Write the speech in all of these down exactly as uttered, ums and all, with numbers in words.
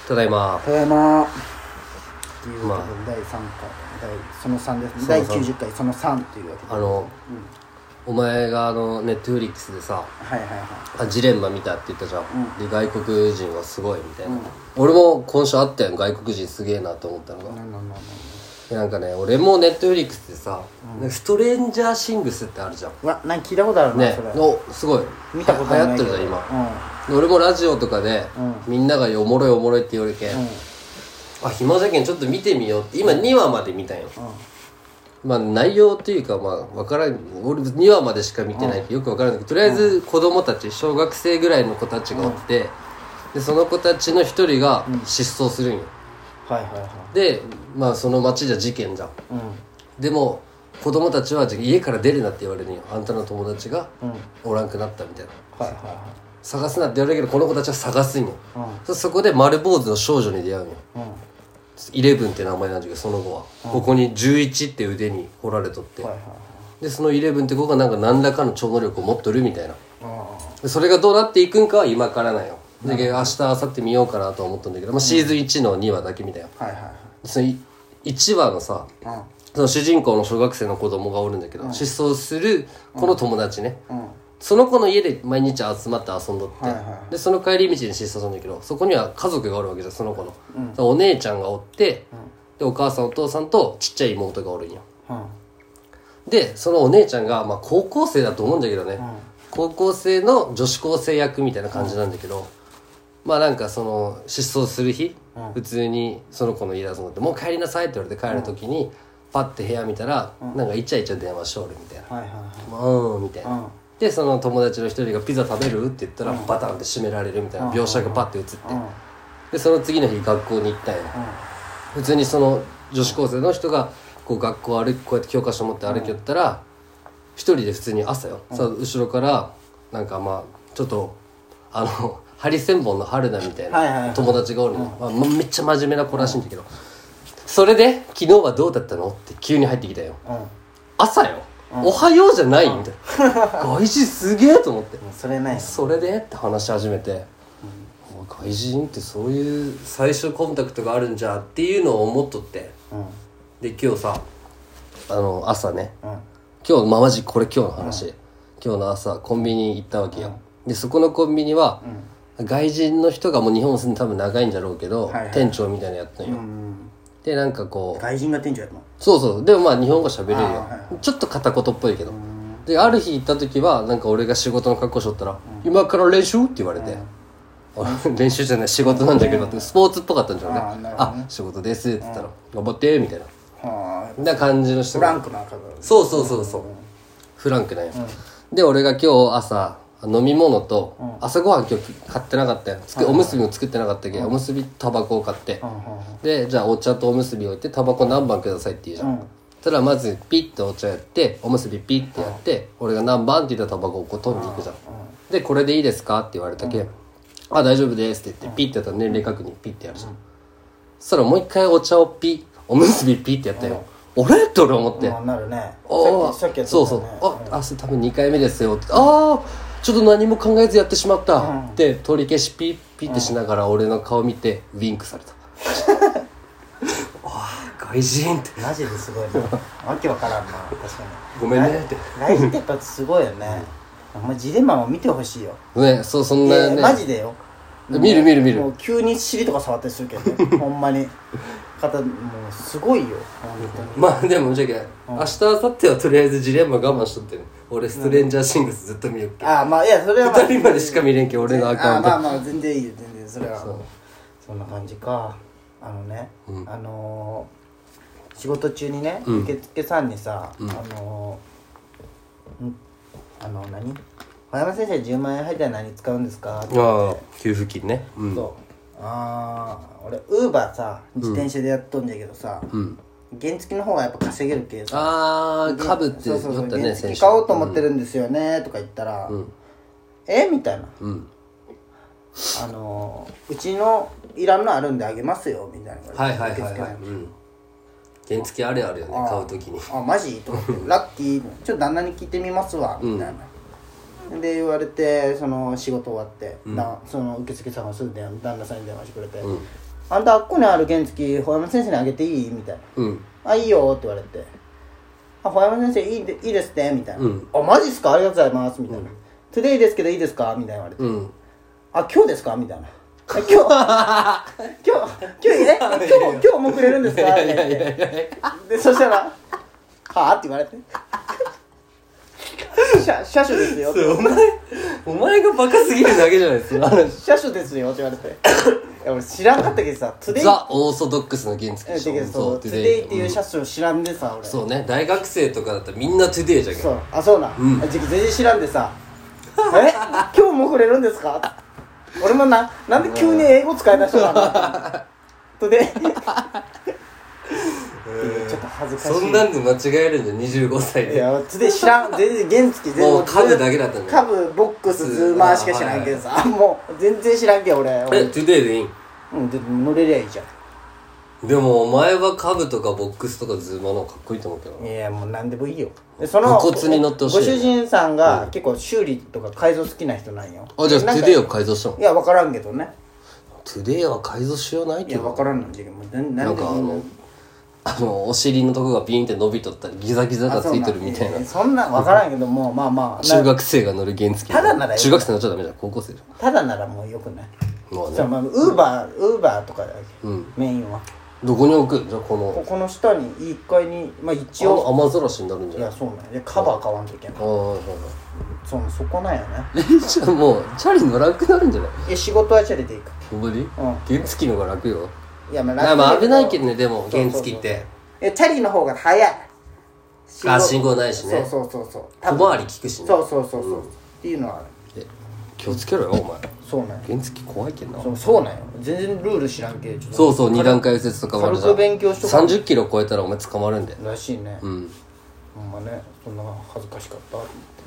ただいま。 ただいまっていうわけで、まあ、だいさんかいそのさんですね。だいきゅうじゅっかいそのさんっていうわけで、 あの、うん、お前があのネットフリックスでさ、 はいはいはい、 ジレンマ見たって言ったじゃん、うん、で外国人はすごいみたいな、うん、俺も今週あったよ、外国人すげえなと思ったのが、なんなんなんなんかね、俺もネットフリックスでさ、うん、ストレンジャーシングスってあるじゃん。 うわ、なんか聞いたことあるな、 ね、 それのすごい見たことない流行ってるじゃん今、うん、俺もラジオとかで、うん、みんながおもろいおもろいって言われるけん、うん、あ、暇じゃけんちょっと見てみようって今にわまで見たんよ、うん、まあ内容っていうかまあ分からん、俺にわまでしか見てないってよく分からんけど、とりあえず子供たち小学生ぐらいの子たちがおって、うん、でその子たちの一人が失踪するんよ、 うん、はいはいはい。でまあその町じゃ事件じゃん、うん、でも子供たちは家から出るなって言われるんよ、あんたの友達がおらんくなったみたいな、はいはいはい、探すなって言われるけどこの子たちは探すんよ、うん、そこで丸坊主の少女に出会うんよ、うん、イレブンって名前なんだけど、その子は、うん、ここにじゅういちって腕に彫られとって、はいはいはい、でそのイレブンって子がなんか何らかの超能力を持っとるみたいな、でそれがどうなっていくんかは今からなんよ。で明日明後日見ようかなと思ったんだけど、まあ、シーズンいちのにわだけ見たよ、うん、はいはいはい、そのいちわのさ、うん、その主人公の小学生の子供がおるんだけど、うん、失踪するこの友達ね、うん、その子の家で毎日集まって遊んどって、はいはいはい、でその帰り道に失踪するんだけど、そこには家族がおるわけじゃん、その子の、うん、お姉ちゃんがおって、うん、でお母さんお父さんとちっちゃい妹がおるんよ、うん、でそのお姉ちゃんが、まあ、高校生だと思うんだけどね、うん、高校生の女子高生役みたいな感じなんだけど、うん、まあなんかその失踪する日、うん、普通にその子の家で遊んでて、もう帰りなさいって言われて帰る時に、うん、パッて部屋見たら、うん、なんかイチャイチャ電話しとるみたいな、はいはいはい、うんみたいな、うん、でその友達の一人がピザ食べるって言ったら、うん、バタンって閉められるみたいな描写がパッて映って、うん、でその次の日学校に行ったんや、うん、普通にその女子高生の人がこう学校歩き、こうやって教科書持って歩きよったら、一人で普通に朝よ、うん、さ後ろからなんかまあちょっとあのハリセンボンの春菜みたいな友達がおるの、はいはいはい、まあ、めっちゃ真面目な子らしいんだけど、うん、それで昨日はどうだったのって急に入ってきたよ、うん、朝よ、うん、おはようじゃない、うん、みたいな外人すげえと思って、うん、それないそれでって話し始めて、うん、外人ってそういう最初コンタクトがあるんじゃっていうのを思っとって、うん、で今日さあの朝ね、うん、今日まマジこれ今日の話、うん、今日の朝コンビニ行ったわけよ、うん、でそこのコンビニは、うん、外人の人がもう日本住んで多分長いんだろうけど、はいはい、店長みたいなのやったんよ、うん、でなんかこう外人が店長やるの？ そうそう、でもまあ日本語喋れるよ、はいはい、ちょっと片言っぽいけど、である日行った時はなんか俺が仕事の格好しとったら、うん、今から練習って言われて、うん、練習じゃない仕事なんだけどってスポーツっぽかったんじゃんね、あ、あ仕事ですって言ったら、うん、頑張ってみたいな、はあ、な感じの人がフランクな方、 そうそうそうそう、うん、フランクなんよ、うん、で俺が今日朝飲み物と、うん、朝ごはん今日買ってなかったよ、つくおむすびも作ってなかったけど、うん、おむすびタバコを買って、うん、でじゃあお茶とおむすび置いてタバコ何番くださいって言うじゃん、うん、そしたらまずピッてお茶やっておむすびピッてやって、うん、俺が何番って言ったらタバコをこう取りに行くじゃん、うん、でこれでいいですかって言われたけ、うん、あ大丈夫ですって言ってピッてやったら年齢確認ピッてやるじゃん、うん、そしたらもう一回お茶をピッおむすびピッてやったよ、うん、俺って俺思って、 うん、なるね、 あさっきやったね、 そうそう、あ、うん、あそれ多分にかいめですよって、ああちょっと何も考えずやってしまった、うん、って取り消しピッピッてしながら俺の顔見てウィンクされた、ああ外人ってマジですごいねわけわからんな、確かにごめんねって外人ってやっぱすごいよね、うん、お前ジレンマも見てほしいよね、そうそんなね、 マジでよ、 見る見る見る、 もう急に尻とか触ったりするけどねほんまに方もうすごいよ本当に。 まあでもじゃけ、うん、明日明後日はとりあえずジレンマ我慢しとってね、俺ストレンジャーシングスずっと見よっけ、うん、 ああまあいやそれは、まあ、 ふたりまでしか見れんけ俺のアカウント、 あまあまあ全然いいよ全然それは そ, そんな感じか。あのね、うん、あのー、仕事中にね、うん、受付さんにさ、うん、あのー、んあの何小山先生じゅうまんえん入ったら何使うんですかって言って、 あ給付金ね、 うん、そうああ俺ウーバーさ自転車でやっとんじゃけどさ、うん、原付の方がやっぱ稼げるけさ、 ああ株って言ったね、 そうそうそう原付買おうと思ってるんですよね、とか言ったら、うん、えみたいな、うん、あのうちのいらんのあるんであげますよみたいな、 はいはいはいはい、うん、原付あれあるよね、買うときに、 あマジと思ってラッキー、ちょっと旦那に聞いてみますわみたいな、うん、で言われてその仕事終わって、うん、その受付さんがすぐ電旦那さんに電話してくれて、うん、 あんたあっこにある原付ほやま先生にあげていいみたいな、うん、あいいよって言われて、あほやま先生いいでいいですってみたいな、うん、あマジっすかありがとうございますみたいな、うん、トゥデイですけどいいですかみたいな言われて、うん、あ今日ですかみたいな今日今日今日え今日今日もくれるんですかって言ってでそしたらはあって言われて車車種ですよお前お前がバカすぎるだけじゃないですか車種ですよって言われていや俺知らんかったけどさトゥデイザ・オーソドックスの原付でしょそうトゥデイっていう車種を知らんでさ俺そうね大学生とかだったらみんなトゥデイじゃんそうあそうな、うん、全然知らんでさえ今日もくれるんですか俺もななんで急に英語使い出したのかとでちょっと恥ずかしいそんなんで間違えるんじゃにじゅうごさいでいやつで知らん全然原付全然もう株だけだったんだ株ボックスズーマーしか知らんけどさ、はいはい、もう全然知らんけど俺えトゥデイでいいんうんで乗れりゃいいじゃんでもお前は株とかボックスとかズーマの方がかっこいいと思うけどいやもう何でもいいよその武骨に乗ってほしいご主人さんが結構修理とか改造好きな人なんよ、 うん、あじゃあトゥデイを改造したのいや分からんけどねトゥデイは改造しようないけどいや分からんのんじゃけどなんかあのあのお尻のとこがピンって伸びとったりギザギザがついてるみたいなそ, そんな分からんけどもまあまあ中学生が乗る原付ただなら中学生乗っちゃダメじゃん高校生じゃんただならもうよくないまあねまあウーバーウーバーとかだけ、うん、メインはどこに置くじゃあこのここの下にいっかいにまあ一応雨ざらしになるんじゃないいやそうなんでカバー買わんといけない、うん、そうそこなんよねじゃあもうチャリ乗らなくなるんじゃないいや仕事はチャリで行くほんまに、うん、原付の方が楽よいやまあ楽まあ危ないけどねでも原付ってえチャリの方が早いあ信号ないしねそうそうそうそう小回り利くしねそうそうそうそう、うん、っていうのはある気をつけろよお前そうなんよ原付怖いけんなそうそうなんよ全然ルール知らんけどそうそう二段階右折とかもあるじゃん軽く勉強しとかさんじゅっキロ超えたらお前捕まるんでらしいねうんほんまねそんな恥ずかしかった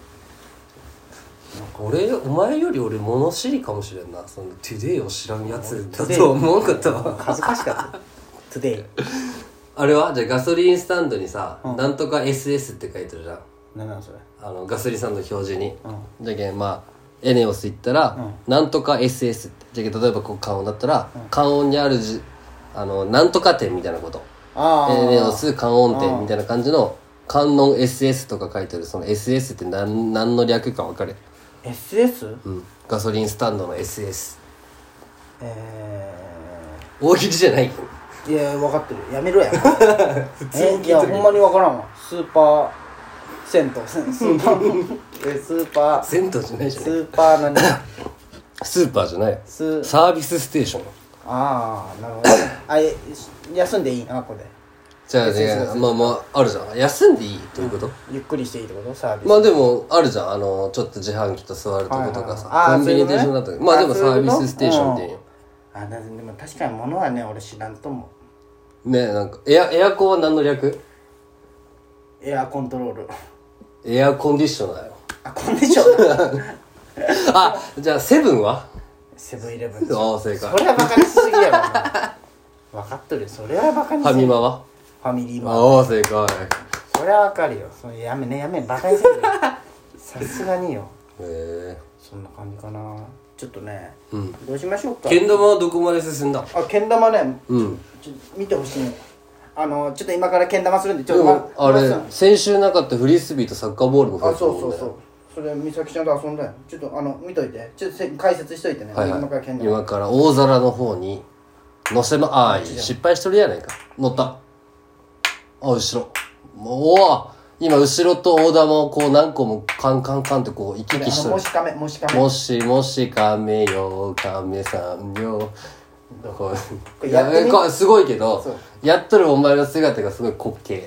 俺お前より俺物知りかもしれんなそのトゥデイを知らんやつだと思うことは恥ずかしかったトゥデイあれはじゃあガソリンスタンドにさ、うん、なんとか エスエス って書いてるじゃん何なのそれあのガソリンスタンドの表示に、うん、じゃけんまあエネオス行ったら、うん、なんとか エスエス ってじゃけん例えばこう関音だったら、うん、関音にあるじあのなんとか店みたいなことエネオス関音店みたいな感じの関音 エスエス とか書いてるその エスエス って何何の略か分かるエスエス？ うんガソリンスタンドの エスエスえー大喜利じゃないいや分かってるやめろや普通に聞いてるいやほんまに分からんわスーパー銭湯スーパーえスーパー銭湯じゃないじゃんスーパー何スーパーじゃないスサービスステーションああなるほどあえ休んでいいなこれじゃあねまあまああるじゃん休んでいいということ、うん、 ゆっくりしていいってことサービスまあでもあるじゃんあのちょっと自販機と座るとことかさ、はいはい、コンビニと一緒になったけどまあでもサービスステーションっていいよあでも確かに物はね俺知らんと思うねなんかエアエアコンは何の略エアコントロールエアコンディショナーよあコンディショナーあじゃあセブンはセブンイレブンああ正解それはバカにしすぎやろ分かっとるよそれはバカにしすぎファミマはファミリーマああ正解それは分かるよそれやめねやめバカにすぎるさすがによへえそんな感じかなちょっとね、 うん、 どうしましょうかけん玉はどこまで進んだあけん玉ね、うん、ちょ見てほしいあのちょっと今からけん玉するんでちょっと、ま、 あれ先週なかったフリスビーとサッカーボールも増えてたもんねあそうそうそうそれ美咲ちゃんと遊んだよちょっとあの見といてちょっと解説しといてね、 はいはい、 今からけん玉今から大皿の方に乗せまああ失敗しとるやないか乗ったあ後ろおお今後ろと大玉をこう何個もカンカンカンってこう行き来してるもしかめもしかめもしもしかめよかめさんよこうやってみすごいけどやっとるお前の姿がすごい滑稽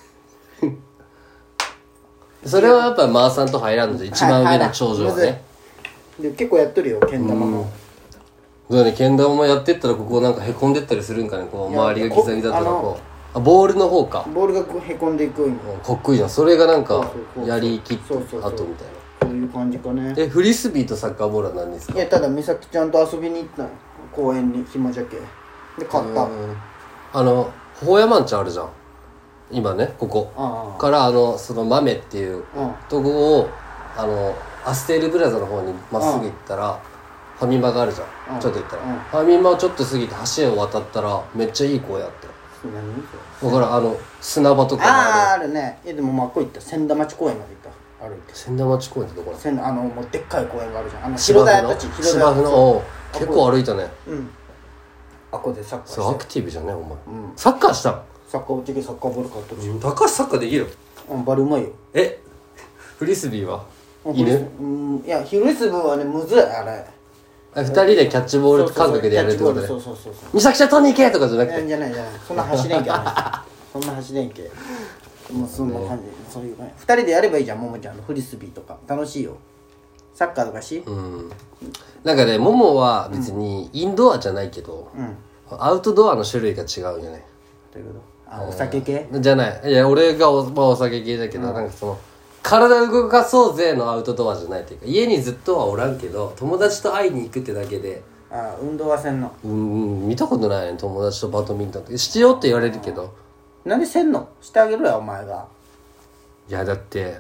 それはやっぱマーさんと入らんので一番上の頂上はね、はいはい、 で結構やっとるよけん玉もそうねけん玉もやってったらここなんかへこんでったりするんかねこう周りがギザギザとかこうあボールの方かボールがへこんでいくんよかっこいいじゃんそれがなんかやりきって後みたいなそういう感じかねえフリスビーとサッカーボールは何ですかいやただ美咲ちゃんと遊びに行ったの公園にひもじゃけで買ったあのほほやまんちゃんあるじゃん今ねここああからあのその豆っていうとこをあのアステールプラザの方にまっすぐ行ったらファミマがあるじゃん、うん、ちょっと行ったら、うん、ファミマをちょっと過ぎて橋を渡ったらめっちゃいい公園あってだからあの砂場とかあああるね。いやでもまあこういった千田町公園まで行った歩いて。 千田町公園ってどこなの？ あのもうでっかい公園があるじゃん。あの広田屋たち広田屋の結構歩いたね。 うんあこでサッカーしてそうアクティブじゃねお前、うん、サッカーしたん？ サッカーうちでサッカーボール買ったし、 うん、高橋サッカーできる？ うんバリうまいよ。 えフリスビーは犬？ うんいやフリスビーはねむずいあれ二人でキャッチボール感覚でやるってことで、 そうそうそうそう美咲ちゃん取りに行けとかじゃなくて、 じゃないじゃないそんな走れんけそんな走れんけもうそんな感じ、ね、そういうね二人でやればいいじゃんももちゃんのフリスビーとか楽しいよ。サッカーとかしうんなんかねももは別にインドアじゃないけど、うん、アウトドアの種類が違うんじゃない？どういうこと？あお酒系？ じゃないいや俺が お,、まあ、お酒系だけど、うん、なんかその体を動かそうぜのアウトドアじゃないというか家にずっとはおらんけど友達と会いに行くってだけであ運動はせんのうん見たことないね友達とバドミントンってしてよって言われるけどなんでせんのしてあげろよお前が。 いやだって、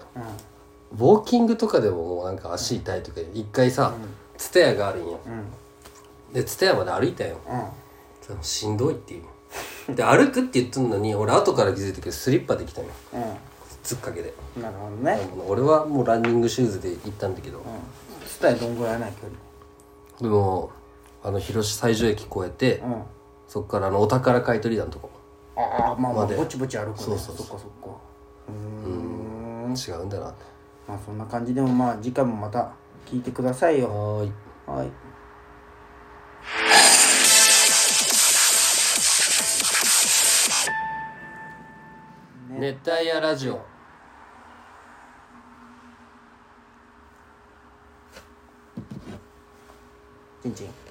うん、ウォーキングとかでももうなんか足痛いとか一回さツタヤがあるんよ、うん、でツタヤまで歩いたよ、うん、しんどいっていうで歩くって言ってんのに俺後から気づいたけどスリッパできたよ、うんつっかけで。 なるほどね。 俺はもうランニングシューズで行ったんだけど、うん、 ツタヤどんぐらいない距離？ でもあの広島西条駅越えて、うん、そっからあのお宝買い取り団のとこああまあまあぼちぼち歩くね。そうそうそうそっかそっかうん違うんだなって。 まあそんな感じでもまあ次回もまた聞いてくださいよ。 はーいはい熱帯夜ラジオちんちん